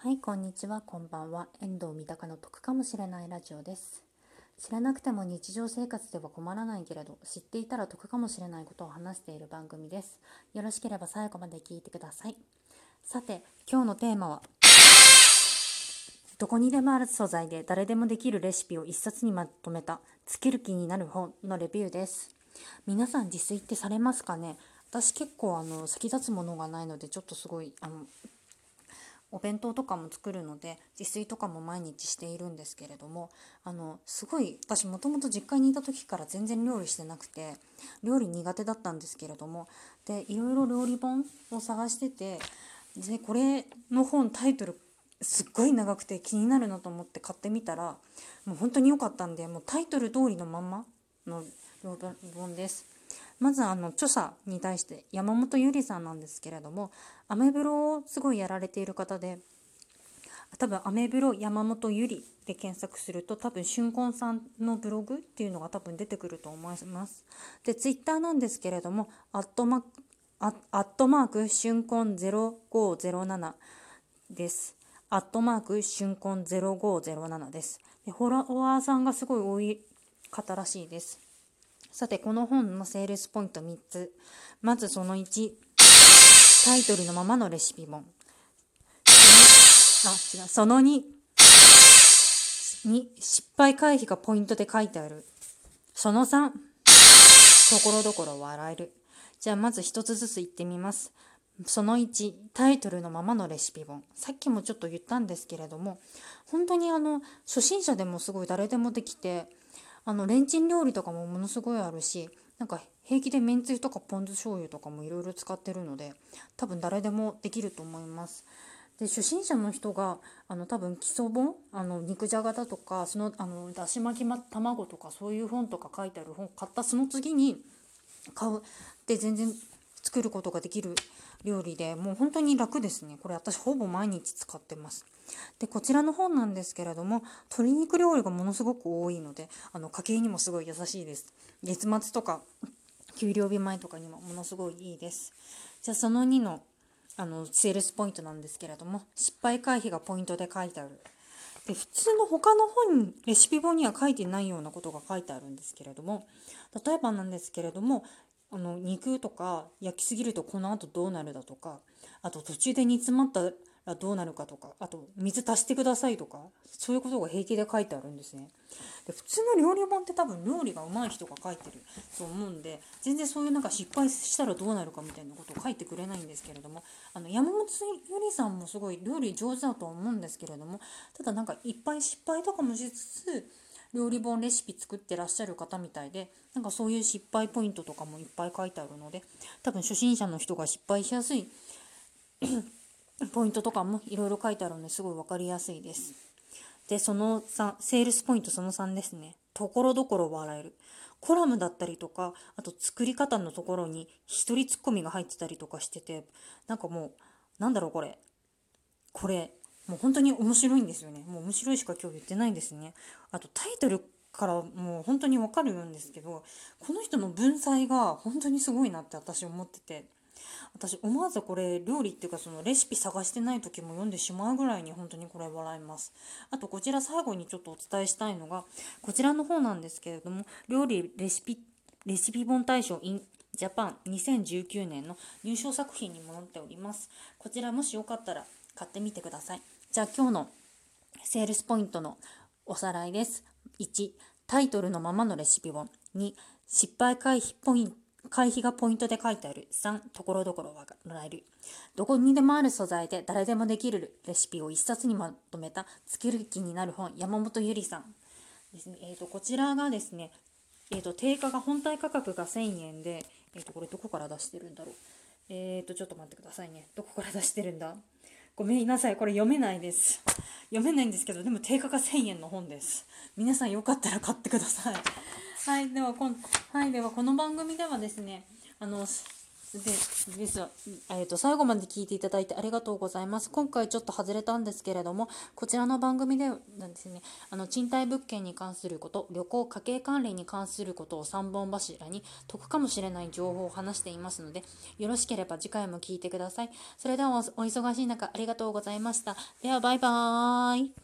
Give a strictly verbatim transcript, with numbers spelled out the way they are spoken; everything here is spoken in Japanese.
はい、こんにちは、こんばんは。遠藤三鷹の得かもしれないラジオです。知らなくても日常生活では困らないけれど、知っていたら得かもしれないことを話している番組です。よろしければ最後まで聞いてください。さて、今日のテーマは、どこにでもある素材で誰でもできるレシピを一冊にまとめた作る気になる本のレビューです。皆さん自炊ってされますかね？私結構あの先立つものがないのでちょっとすごいあのお弁当とかも作るので自炊とかも毎日しているんですけれども、あのすごい私もともと実家にいた時から全然料理してなくて料理苦手だったんですけれども、でいろいろ料理本を探してて、でこれの本タイトルすっごい長くて気になるなと思って買ってみたら、もう本当に良かったんで、もうタイトル通りのまんまの料理本です。まずあの著者に対して山本ゆりさんなんですけれども、アメブロをすごいやられている方で、多分アメブロ山本ゆりで検索すると多分春婚さんのブログっていうのが多分出てくると思います。でツイッターなんですけれども、アットマークアアットマーク春婚ゼロごゼロななです。アットマーク春婚ゼロごゼロななです。でフォロワーさんがすごい多い方らしいです。さて、この本のセールスポイントみっつ。まずそのいち、タイトルのままのレシピ本。あ、違う。そのに、に失敗回避がポイントで書いてある。そのさん、ところどころ笑える。じゃあまず一つずつ言ってみます。そのいち、タイトルのままのレシピ本。さっきもちょっと言ったんですけれども、本当にあの初心者でもすごい誰でもできて、あのレンチン料理とかもものすごいあるし、なんか平気でめんつゆとかポン酢醤油とかもいろいろ使ってるので、多分誰でもできると思います。で初心者の人があの多分基礎本、あの肉じゃがだとか、そのあのだし巻き卵とかそういう本とか書いてある本買ったその次に買うで全然作ることができる料理で、もう本当に楽ですね。これ私ほぼ毎日使ってます。でこちらの本なんですけれども、鶏肉料理がものすごく多いので、あの家計にもすごい優しいです。月末とか給料日前とかにもものすごいいいです。じゃあそのにのあのセールスポイントなんですけれども、失敗回避がポイントで書いてある。で普通の他の本レシピ本には書いてないようなことが書いてあるんですけれども、例えばなんですけれども、あの肉とか焼きすぎるとこの後どうなるだとか、あと途中で煮詰まったらどうなるかとか、あと水足してくださいとか、そういうことが平気で書いてあるんですね。で普通の料理本って多分料理が上手い人が書いてると思うんで、全然そういうなんか失敗したらどうなるかみたいなことを書いてくれないんですけれども、あの山本ゆりさんもすごい料理上手だと思うんですけれども、ただなんかいっぱい失敗とかもしつつ料理本レシピ作ってらっしゃる方みたいで、なんかそういう失敗ポイントとかもいっぱい書いてあるので、多分初心者の人が失敗しやすいポイントとかもいろいろ書いてあるのですごい分かりやすいです。でそのさん、セールスポイントそのさんですね。ところどころ笑える。コラムだったりとか、あと作り方のところに一人ツッコミが入ってたりとかしてて、なんかもうなんだろうこれこれもう本当に面白いんですよね。もう面白いしか今日言ってないんですね。あとタイトルからもう本当にわかるんですけど、この人の文才が本当にすごいなって私思ってて、私思わずこれ料理っていうかそのレシピ探してない時も読んでしまうぐらいに本当にこれ笑います。あとこちら最後にちょっとお伝えしたいのがこちらの方なんですけれども、料理レシピレシピ本大賞 in ジャパンにせんじゅうきゅうねんの入賞作品にも載っております。こちらもしよかったら買ってみてください。じゃあ今日のセールスポイントのおさらいです。いち、タイトルのままのレシピ本。に、失敗回避ポイント回避がポイントで書いてある。さん、ところどころ笑える。どこにでもある素材で誰でもできるレシピを一冊にまとめた作る気になる本、山本ゆりさんですね。えーと、こちらがですね、えーと、定価が本体価格がせんえんで、えーと、これどこから出してるんだろう。えーと、ちょっと待ってくださいね。どこから出してるんだ。ごめんなさい、これ読めないです。読めないんですけど、でも定価がせんえんの本です。皆さんよかったら買ってください。はい、ではこん、はい、ではこの番組ではですね、あのでですわえー、と最後まで聞いていただいてありがとうございます。今回ちょっと外れたんですけれども、こちらの番組でなんですね、あの賃貸物件に関すること、旅行家計管理に関することをさんぼん柱に得かもしれない情報を話していますので、よろしければ次回も聞いてください。それではおお忙しい中ありがとうございました。ではバイバーイ。